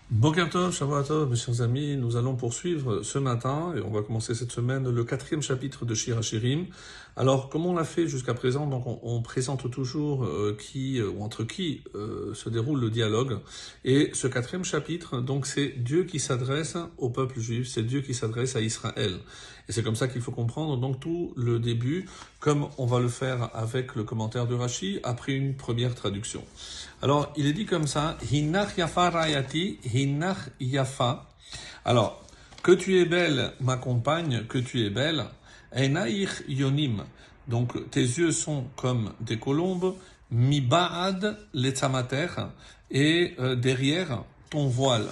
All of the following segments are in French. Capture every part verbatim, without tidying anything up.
Boker Tov, Shavua Tov, mes chers amis, nous allons poursuivre ce matin, et on va commencer cette semaine, le quatrième chapitre de Shir HaShirim. Alors, comme on l'a fait jusqu'à présent, donc on, on présente toujours euh, qui, euh, ou entre qui euh, se déroule le dialogue. Et ce quatrième chapitre, donc c'est Dieu qui s'adresse au peuple juif, c'est Dieu qui s'adresse à Israël. Et c'est comme ça qu'il faut comprendre donc tout le début, comme on va le faire avec le commentaire de Rashi, après une première traduction. Alors, il est dit comme ça, Hinach Yafa Rayati, Hinach Yafa. Alors, que tu es belle, ma compagne, que tu es belle, Enaich Yonim. Donc, tes yeux sont comme des colombes, Mibaad Letzamater, et euh, derrière ton voile.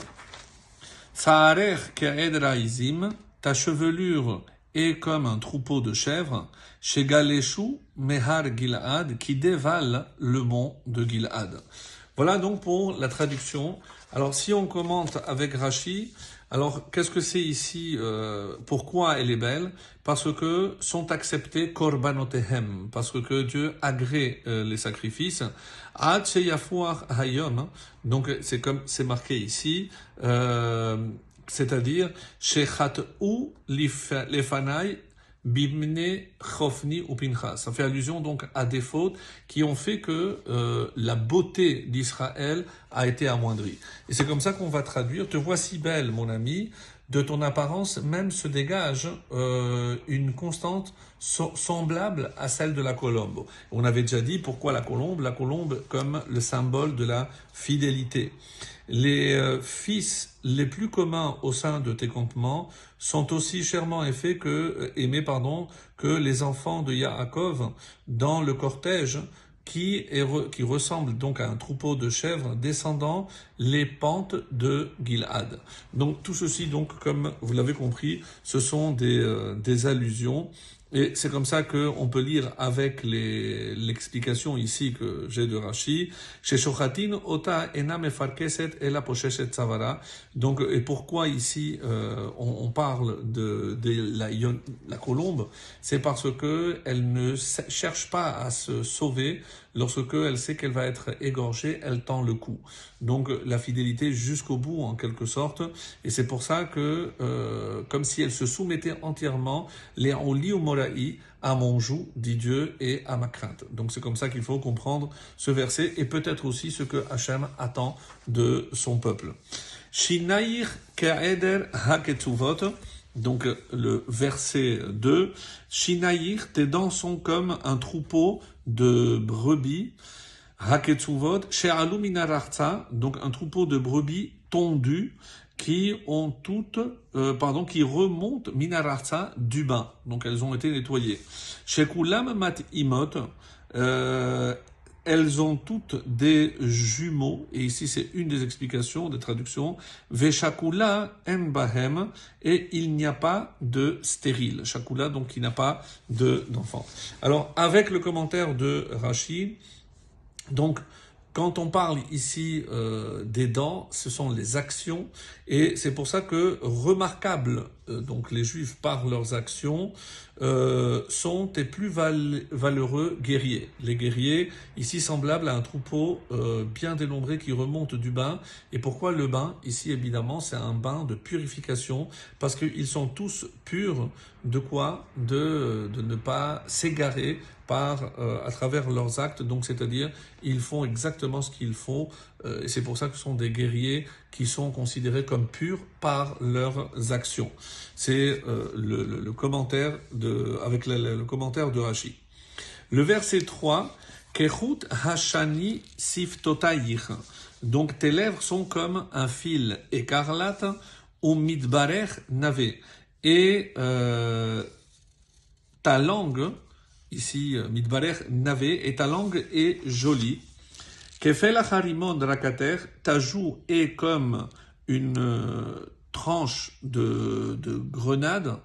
Saarer Ke'ed Raizim, ta chevelure est comme un troupeau de chèvres, chez Galeshu Mehar Gilad, qui dévale le mont de Gilad. Voilà donc pour la traduction. Alors si on commente avec Rashi, alors qu'est-ce que c'est ici, euh, pourquoi elle est belle? Parce que sont acceptés korbanotehem, parce que Dieu agrée euh, les sacrifices. Ad sheyafuach hayom, donc c'est comme c'est marqué ici, euh, c'est-à-dire shechat'u lefanai Bimne Chofni ou Pinchas. Ça fait allusion donc à des fautes qui ont fait que euh, la beauté d'Israël a été amoindrie. Et c'est comme ça qu'on va traduire. Te voici belle, mon ami, de ton apparence même se dégage euh, une constante so- semblable à celle de la colombe. On avait déjà dit pourquoi la colombe, la colombe comme le symbole de la fidélité. Les euh, fils les plus communs au sein de tes campements sont aussi chèrement aimés que, euh, aimés, pardon, que les enfants de Yaakov dans le cortège qui, est re, qui ressemble donc à un troupeau de chèvres descendant les pentes de Gilad. Donc tout ceci, donc comme vous l'avez compris, ce sont des, euh, des allusions. Et c'est comme ça qu'on peut lire avec les, l'explication ici que j'ai de Rashi, chez Shochatin, Ota ena mefarkeset ela posheshet savara. Donc, et pourquoi ici euh, on, on parle de, de la, la colombe? C'est parce que elle ne cherche pas à se sauver. Lorsque elle sait qu'elle va être égorgée, elle tend le cou. Donc la fidélité jusqu'au bout en quelque sorte. Et c'est pour ça que, euh, comme si elle se soumettait entièrement, les on lit au moraï, à mon joug, dit Dieu, et à ma crainte. Donc c'est comme ça qu'il faut comprendre ce verset et peut-être aussi ce que Hachem attend de son peuple. Shinaïr ka'eder haketuvot. Donc le verset deux, Shinaïr, tes dents sont comme un troupeau de brebis, Haketsuvot, She'alu minarartza, donc un troupeau de brebis tondues qui ont toutes, euh, pardon, qui remontent minarartza du bain. Donc elles ont été nettoyées. Shekulam mat imot, euh, elles ont toutes des jumeaux, et ici c'est une des explications, des traductions, Veshakula en bahem, et il n'y a pas de stérile. Shakula, donc il n'a pas de, d'enfant. Alors, avec le commentaire de Rashi, donc, quand on parle ici euh, des dents, ce sont les actions, et c'est pour ça que remarquables, euh, donc les Juifs par leurs actions, euh, sont les plus val- valeureux guerriers. Les guerriers, ici semblables à un troupeau euh, bien dénombré qui remonte du bain. Et pourquoi le bain? Ici, évidemment, c'est un bain de purification, parce qu'ils sont tous purs de quoi? De, de ne pas s'égarer par euh, à travers leurs actes, donc c'est-à-dire ils font exactement ce qu'il faut, euh, et c'est pour ça que ce sont des guerriers qui sont considérés comme purs par leurs actions. C'est euh, le, le, le commentaire de avec le, le, le commentaire de Rashi. Le verset trois, Kechut hashani siftotayich. Donc tes lèvres sont comme un fil écarlate ou midbarer navé. Et euh, ta langue, ici, Midbarer navé, et ta langue est jolie. Kefel harimon rakater, ta joue est comme une euh, tranche de, de grenade.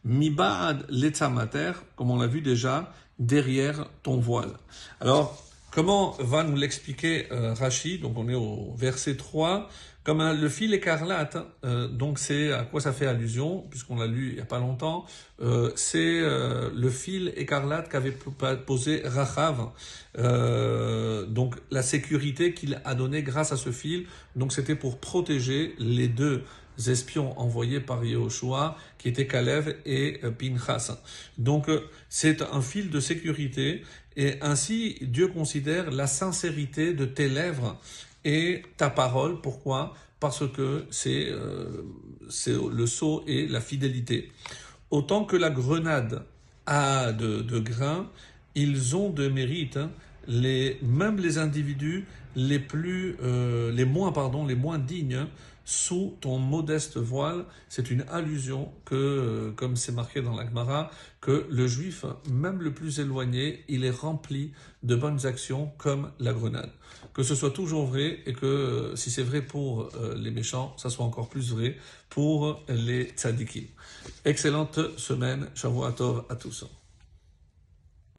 Mibaad letzamater, comme on l'a vu déjà, derrière ton voile. Alors, Comment va nous l'expliquer euh, Rashi? Donc on est au verset trois. Comme un, le fil écarlate, euh, donc c'est à quoi ça fait allusion, puisqu'on l'a lu il n'y a pas longtemps, euh, c'est euh, le fil écarlate qu'avait posé Rachav, euh, donc la sécurité qu'il a donnée grâce à ce fil, donc c'était pour protéger les deux espions envoyés par Yehoshua, qui étaient Kalev et euh, Pinchas. Donc euh, c'est un fil de sécurité, et ainsi Dieu considère la sincérité de tes lèvres et ta parole. Pourquoi? Parce que c'est euh, le sceau et la fidélité. Autant que la grenade a de, de grains, ils ont de mérite, hein, les, même les individus les plus, euh, les moins, pardon, les moins dignes, sous ton modeste voile. C'est une allusion que, comme c'est marqué dans la Gemara, que le juif, même le plus éloigné, il est rempli de bonnes actions comme la grenade. Que ce soit toujours vrai, et que si c'est vrai pour euh, les méchants, ça soit encore plus vrai pour les tzadikim. Excellente semaine, Shavua Tov à tous.